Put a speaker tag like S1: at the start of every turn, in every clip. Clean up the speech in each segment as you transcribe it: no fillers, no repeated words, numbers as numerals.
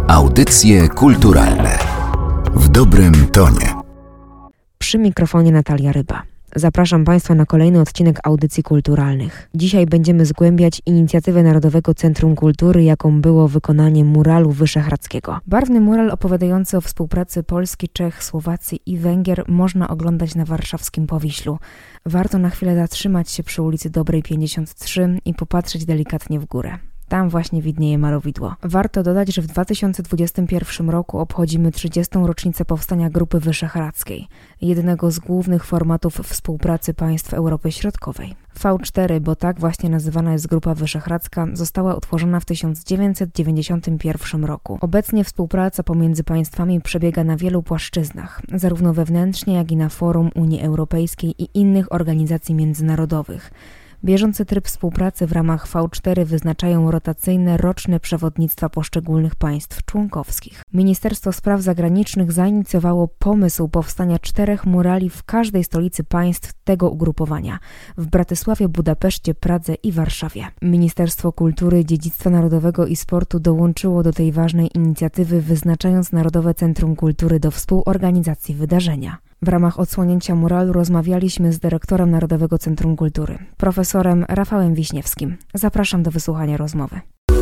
S1: Audycje kulturalne w dobrym tonie.
S2: Przy mikrofonie Natalia Ryba. Zapraszam Państwa na kolejny odcinek Audycji Kulturalnych. Dzisiaj będziemy zgłębiać inicjatywę Narodowego Centrum Kultury, jaką było wykonanie muralu Wyszehradzkiego. Barwny mural opowiadający o współpracy Polski, Czech, Słowacji i Węgier można oglądać na warszawskim Powiślu. Warto na chwilę zatrzymać się przy ulicy Dobrej 53 i popatrzeć delikatnie w górę. Tam właśnie widnieje malowidło. Warto dodać, że w 2021 roku obchodzimy 30. rocznicę powstania Grupy Wyszehradzkiej, jednego z głównych formatów współpracy państw Europy Środkowej. V4, bo tak właśnie nazywana jest Grupa Wyszehradzka, została utworzona w 1991 roku. Obecnie współpraca pomiędzy państwami przebiega na wielu płaszczyznach, zarówno wewnętrznie, jak i na forum Unii Europejskiej i innych organizacji międzynarodowych. Bieżący tryb współpracy w ramach V4 wyznaczają rotacyjne, roczne przewodnictwa poszczególnych państw członkowskich. Ministerstwo Spraw Zagranicznych zainicjowało pomysł powstania 4 murali w każdej stolicy państw tego ugrupowania – w Bratysławie, Budapeszcie, Pradze i Warszawie. Ministerstwo Kultury, Dziedzictwa Narodowego i Sportu dołączyło do tej ważnej inicjatywy, wyznaczając Narodowe Centrum Kultury do współorganizacji wydarzenia. W ramach odsłonięcia muralu rozmawialiśmy z dyrektorem Narodowego Centrum Kultury, profesorem Rafałem Wiśniewskim. Zapraszam do wysłuchania rozmowy.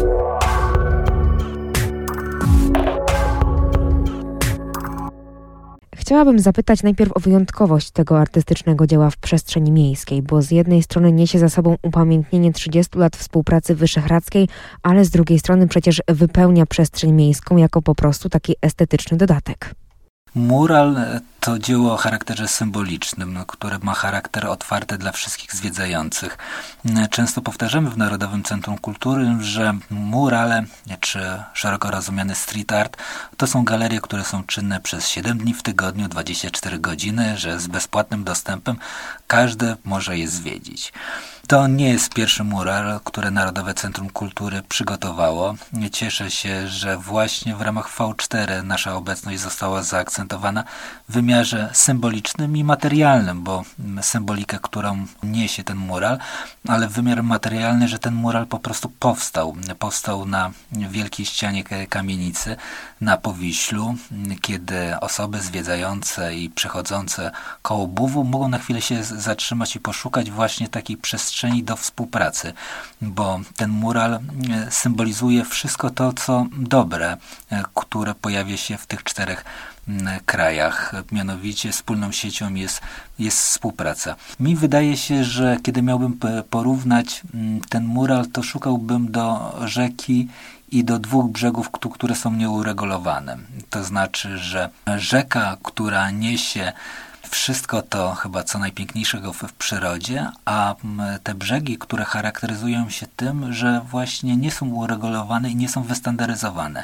S2: Chciałabym zapytać najpierw o wyjątkowość tego artystycznego dzieła w przestrzeni miejskiej, bo z jednej strony niesie za sobą upamiętnienie 30 lat współpracy wyszehradzkiej, ale z drugiej strony przecież wypełnia przestrzeń miejską jako po prostu taki estetyczny dodatek.
S3: Mural to dzieło o charakterze symbolicznym, które ma charakter otwarty dla wszystkich zwiedzających. Często powtarzamy w Narodowym Centrum Kultury, że murale, czy szeroko rozumiany street art, to są galerie, które są czynne przez 7 dni w tygodniu, 24 godziny, że z bezpłatnym dostępem każdy może je zwiedzić. To nie jest pierwszy mural, który Narodowe Centrum Kultury przygotowało. Cieszę się, że właśnie w ramach V4 nasza obecność została zaakcentowana w wymiarze symbolicznym i materialnym, bo symbolikę, którą niesie ten mural, ale wymiar materialny, że ten mural po prostu powstał. Powstał na wielkiej ścianie kamienicy na Powiślu, kiedy osoby zwiedzające i przechodzące koło Buwu mogą na chwilę się zatrzymać i poszukać właśnie takiej przestrzeni do współpracy, bo ten mural symbolizuje wszystko to, co dobre, które pojawia się w tych 4 krajach. Mianowicie wspólną siecią jest współpraca. Mi wydaje się, że kiedy miałbym porównać ten mural, to szukałbym do rzeki i do 2 brzegów, które są nieuregulowane. To znaczy, że rzeka, która niesie wszystko to chyba co najpiękniejszego w przyrodzie, a te brzegi, które charakteryzują się tym, że właśnie nie są uregulowane i nie są wystandaryzowane.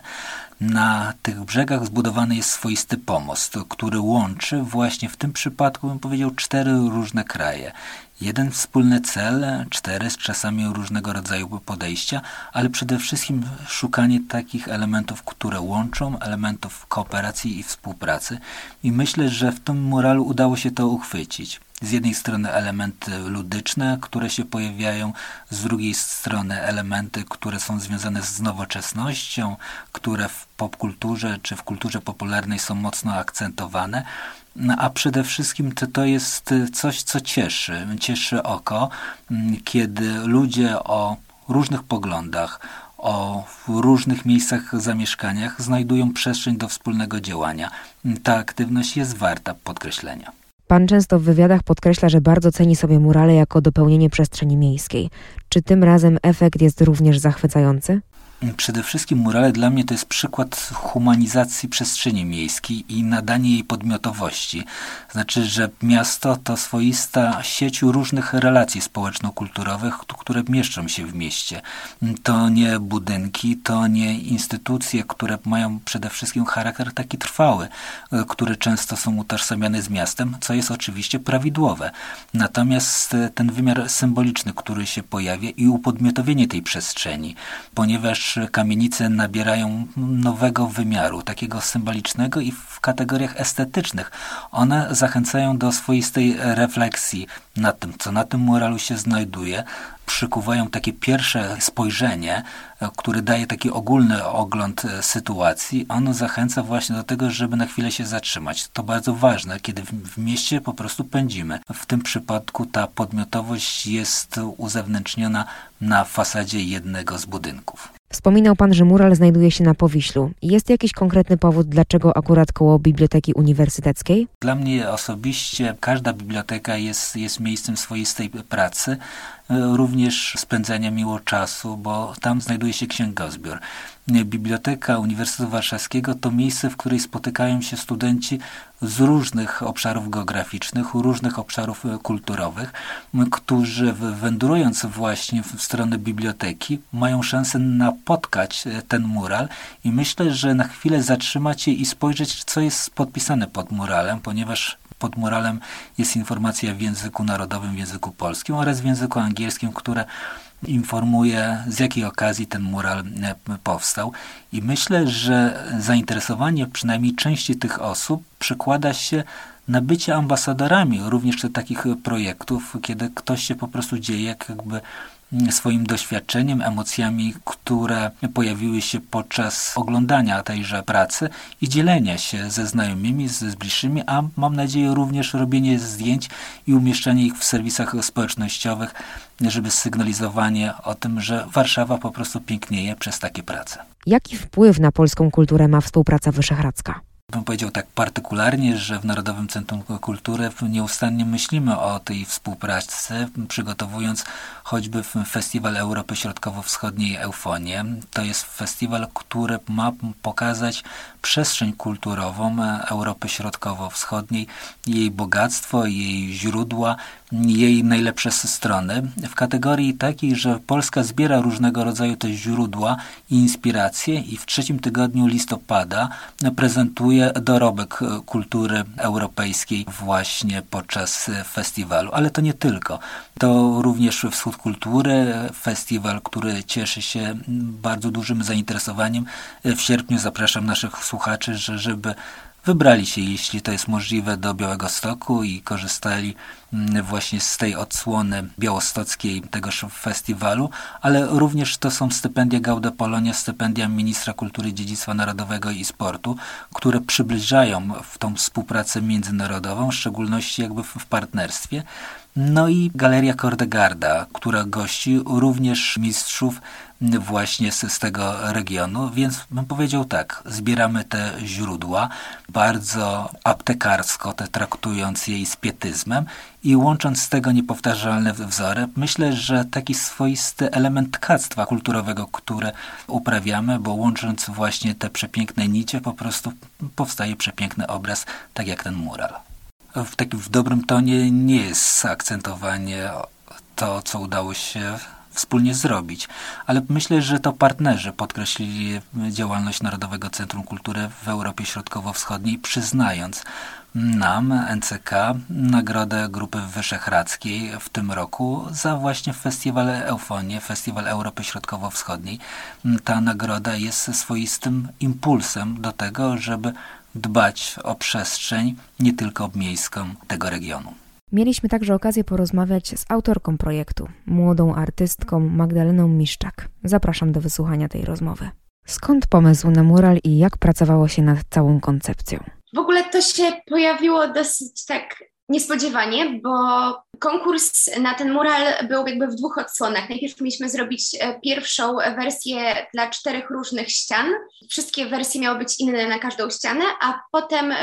S3: Na tych brzegach zbudowany jest swoisty pomost, który łączy właśnie w tym przypadku, bym powiedział, 4 różne kraje. Jeden wspólny cel, 4 z czasami różnego rodzaju podejścia, ale przede wszystkim szukanie takich elementów, które łączą, elementów kooperacji i współpracy. I myślę, że w tym muralu udało się to uchwycić. Z jednej strony elementy ludyczne, które się pojawiają, z drugiej strony elementy, które są związane z nowoczesnością, które w popkulturze czy w kulturze popularnej są mocno akcentowane. A przede wszystkim to jest coś, co cieszy oko, kiedy ludzie o różnych poglądach, o różnych miejscach zamieszkaniach znajdują przestrzeń do wspólnego działania. Ta aktywność jest warta podkreślenia.
S2: Pan często w wywiadach podkreśla, że bardzo ceni sobie murale jako dopełnienie przestrzeni miejskiej. Czy tym razem efekt jest również zachwycający?
S3: Przede wszystkim murale dla mnie to jest przykład humanizacji przestrzeni miejskiej i nadanie jej podmiotowości. Znaczy, że miasto to swoista sieć różnych relacji społeczno-kulturowych, które mieszczą się w mieście. To nie budynki, to nie instytucje, które mają przede wszystkim charakter taki trwały, które często są utożsamiane z miastem, co jest oczywiście prawidłowe. Natomiast ten wymiar symboliczny, który się pojawia i upodmiotowienie tej przestrzeni, ponieważ również kamienice nabierają nowego wymiaru, takiego symbolicznego i w kategoriach estetycznych. One zachęcają do swoistej refleksji nad tym, co na tym muralu się znajduje. Przykuwają takie pierwsze spojrzenie, które daje taki ogólny ogląd sytuacji. Ono zachęca właśnie do tego, żeby na chwilę się zatrzymać. To bardzo ważne, kiedy w mieście po prostu pędzimy. W tym przypadku ta podmiotowość jest uzewnętrzniona na fasadzie jednego z budynków.
S2: Wspominał Pan, że mural znajduje się na Powiślu. Jest jakiś konkretny powód, dlaczego akurat koło Biblioteki Uniwersyteckiej?
S3: Dla mnie osobiście każda biblioteka jest miejscem swoistej pracy, również spędzania miło czasu, bo tam znajduje się księgozbiór. Biblioteka Uniwersytetu Warszawskiego to miejsce, w której spotykają się studenci z różnych obszarów geograficznych, różnych obszarów kulturowych, którzy wędrując właśnie w stronę biblioteki mają szansę napotkać ten mural i myślę, że na chwilę zatrzymać się i spojrzeć, co jest podpisane pod muralem, ponieważ pod muralem jest informacja w języku narodowym, w języku polskim oraz w języku angielskim, które informuje, z jakiej okazji ten mural powstał. I myślę, że zainteresowanie przynajmniej części tych osób przekłada się na bycie ambasadorami również takich projektów, kiedy ktoś się po prostu dzieje jakby swoim doświadczeniem, emocjami, które pojawiły się podczas oglądania tejże pracy i dzielenia się ze znajomymi, z bliższymi, a mam nadzieję również robienie zdjęć i umieszczanie ich w serwisach społecznościowych, żeby sygnalizowanie o tym, że Warszawa po prostu pięknieje przez takie prace.
S2: Jaki wpływ na polską kulturę ma współpraca wyszehradzka?
S3: Bym powiedział tak partykularnie, że w Narodowym Centrum Kultury nieustannie myślimy o tej współpracy, przygotowując choćby Festiwal Europy Środkowo-Wschodniej Eufonie. To jest festiwal, który ma pokazać przestrzeń kulturową Europy Środkowo-Wschodniej, jej bogactwo, jej źródła, jej najlepsze strony. W kategorii takiej, że Polska zbiera różnego rodzaju te źródła i inspiracje i w 3 tygodniu listopada prezentuje dorobek kultury europejskiej właśnie podczas festiwalu. Ale to nie tylko. To również Wschód Kultury, festiwal, który cieszy się bardzo dużym zainteresowaniem. W sierpniu zapraszam naszych słuchaczy, żeby wybrali się, jeśli to jest możliwe, do Białegostoku i korzystali właśnie z tej odsłony białostockiej tegoż festiwalu, ale również to są stypendia Gaude Polonia, stypendia Ministra Kultury i Dziedzictwa Narodowego i Sportu, które przybliżają w tą współpracę międzynarodową, w szczególności jakby w partnerstwie. No i Galeria Kordegarda, która gości również mistrzów właśnie z tego regionu, więc bym powiedział tak, zbieramy te źródła, bardzo aptekarsko te traktując je z pietyzmem i łącząc z tego niepowtarzalne wzory, myślę, że taki swoisty element tkactwa kulturowego, które uprawiamy, bo łącząc właśnie te przepiękne nicie, po prostu powstaje przepiękny obraz, tak jak ten mural. W dobrym tonie nie jest akcentowanie to, co udało się wspólnie zrobić, ale myślę, że to partnerzy podkreślili działalność Narodowego Centrum Kultury w Europie Środkowo-Wschodniej, przyznając nam, NCK, nagrodę Grupy Wyszehradzkiej w tym roku za właśnie Festiwal Eufonie, Festiwal Europy Środkowo-Wschodniej. Ta nagroda jest swoistym impulsem do tego, żeby dbać o przestrzeń, nie tylko miejską tego regionu.
S2: Mieliśmy także okazję porozmawiać z autorką projektu, młodą artystką Magdaleną Miszczak. Zapraszam do wysłuchania tej rozmowy. Skąd pomysł na mural i jak pracowało się nad całą koncepcją?
S4: W ogóle to się pojawiło dosyć tak niespodziewanie, bo konkurs na ten mural był jakby w 2 odsłonach. Najpierw mieliśmy zrobić pierwszą wersję dla 4 różnych ścian. Wszystkie wersje miały być inne na każdą ścianę, a potem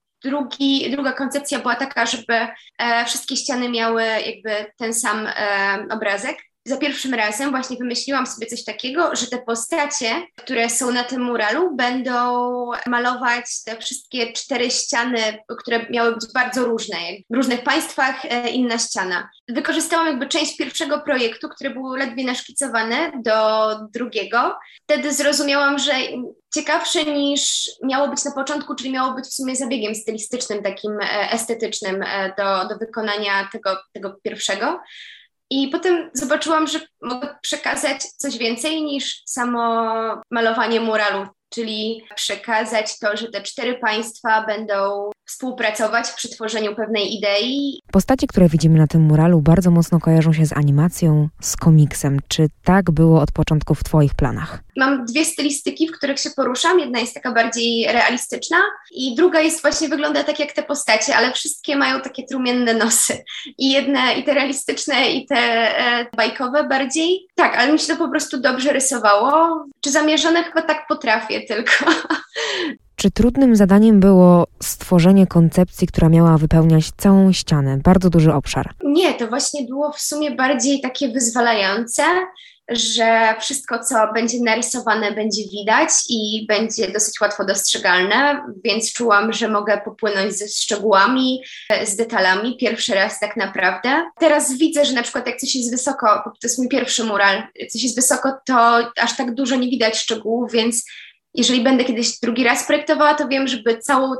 S4: druga koncepcja była taka, żeby wszystkie ściany miały jakby ten sam obrazek. Za pierwszym razem właśnie wymyśliłam sobie coś takiego, że te postacie, które są na tym muralu, będą malować te wszystkie 4 ściany, które miały być bardzo różne. W różnych państwach inna ściana. Wykorzystałam jakby część pierwszego projektu, który był ledwie naszkicowany, do drugiego. Wtedy zrozumiałam, że ciekawsze niż miało być na początku, czyli miało być w sumie zabiegiem stylistycznym, takim estetycznym do wykonania tego pierwszego. I potem zobaczyłam, że mogę przekazać coś więcej niż samo malowanie muralu, czyli przekazać to, że te 4 państwa będą współpracować przy tworzeniu pewnej idei.
S2: Postacie, które widzimy na tym muralu, bardzo mocno kojarzą się z animacją, z komiksem. Czy tak było od początku w Twoich planach?
S4: Mam 2 stylistyki, w których się poruszam. Jedna jest taka bardziej realistyczna i druga jest właśnie, wygląda tak jak te postacie, ale wszystkie mają takie trumienne nosy. I te realistyczne, i te bajkowe bardziej. Tak, ale mi się to po prostu dobrze rysowało. Czy zamierzone? Chyba tak potrafię tylko.
S2: Czy trudnym zadaniem było stworzenie koncepcji, która miała wypełniać całą ścianę, bardzo duży obszar?
S4: Nie, to właśnie było w sumie bardziej takie wyzwalające, że wszystko, co będzie narysowane, będzie widać i będzie dosyć łatwo dostrzegalne, więc czułam, że mogę popłynąć ze szczegółami, z detalami pierwszy raz tak naprawdę. Teraz widzę, że na przykład jak coś jest wysoko, to jest mój pierwszy mural, coś jest wysoko, to aż tak dużo nie widać szczegółów, więc jeżeli będę kiedyś drugi raz projektowała, to wiem, żeby całą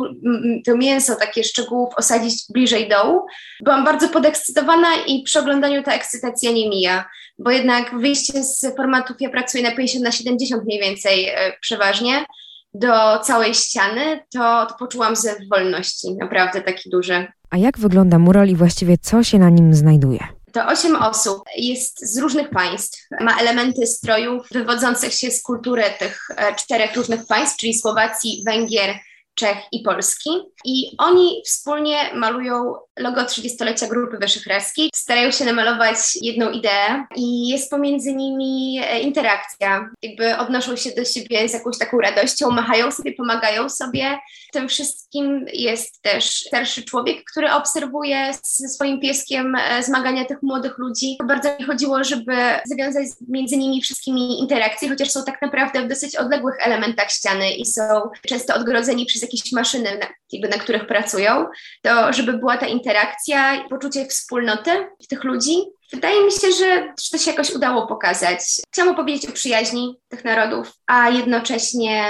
S4: to mięso, takie szczegółów osadzić bliżej dołu. Byłam bardzo podekscytowana i przy oglądaniu ta ekscytacja nie mija, bo jednak wyjście z formatów, ja pracuję na 50x70 mniej więcej przeważnie, do całej ściany, to poczułam zew wolności, naprawdę taki duży.
S2: A jak wygląda mural i właściwie co się na nim znajduje?
S4: To 8 osób, jest z różnych państw, ma elementy strojów wywodzących się z kultury tych 4 różnych państw, czyli Słowacji, Węgier, Czech i Polski. I oni wspólnie malują logo 30-lecia Grupy Wyszehradzkiej. Starają się namalować jedną ideę i jest pomiędzy nimi interakcja. Jakby odnoszą się do siebie z jakąś taką radością, machają sobie, pomagają sobie. W tym wszystkim jest też starszy człowiek, który obserwuje ze swoim pieskiem zmagania tych młodych ludzi. Bardzo mi chodziło, żeby zawiązać między nimi wszystkimi interakcje, chociaż są tak naprawdę w dosyć odległych elementach ściany i są często odgrodzeni przez jakieś maszyny, na których pracują, to żeby była ta interakcja i poczucie wspólnoty tych ludzi. Wydaje mi się, że to się jakoś udało pokazać. Chciałam opowiedzieć o przyjaźni tych narodów, a jednocześnie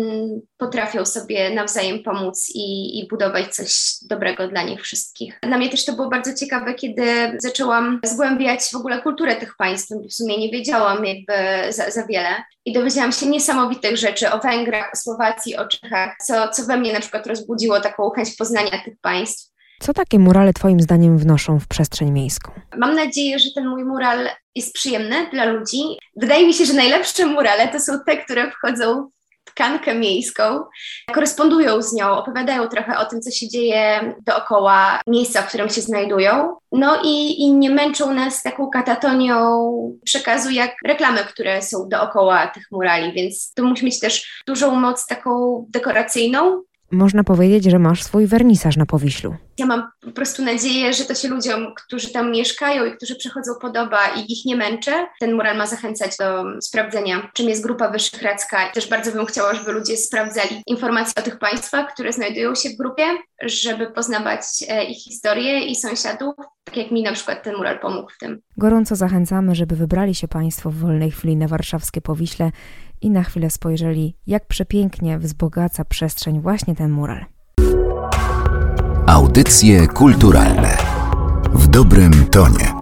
S4: potrafią sobie nawzajem pomóc i budować coś dobrego dla nich wszystkich. Dla mnie też to było bardzo ciekawe, kiedy zaczęłam zgłębiać w ogóle kulturę tych państw. W sumie nie wiedziałam jakby za wiele i dowiedziałam się niesamowitych rzeczy o Węgrach, o Słowacji, o Czechach, co we mnie na przykład rozbudziło taką chęć poznania tych państw.
S2: Co takie murale Twoim zdaniem wnoszą w przestrzeń miejską?
S4: Mam nadzieję, że ten mój mural jest przyjemny dla ludzi. Wydaje mi się, że najlepsze murale to są te, które wchodzą w tkankę miejską, korespondują z nią, opowiadają trochę o tym, co się dzieje dookoła miejsca, w którym się znajdują. No i nie męczą nas taką katatonią przekazu jak reklamy, które są dookoła tych murali, więc to musi mieć też dużą moc taką dekoracyjną.
S2: Można powiedzieć, że masz swój wernisaż na Powiślu.
S4: Ja mam po prostu nadzieję, że to się ludziom, którzy tam mieszkają i którzy przychodzą, podoba i ich nie męczy. Ten mural ma zachęcać do sprawdzenia, czym jest Grupa Wyszehradzka. I też bardzo bym chciała, żeby ludzie sprawdzali informacje o tych państwach, które znajdują się w grupie, żeby poznawać ich historię i sąsiadów, tak jak mi na przykład ten mural pomógł w tym.
S2: Gorąco zachęcamy, żeby wybrali się Państwo w wolnej chwili na warszawskie Powiśle i na chwilę spojrzeli, jak przepięknie wzbogaca przestrzeń właśnie ten mural.
S1: Audycje kulturalne w dobrym tonie.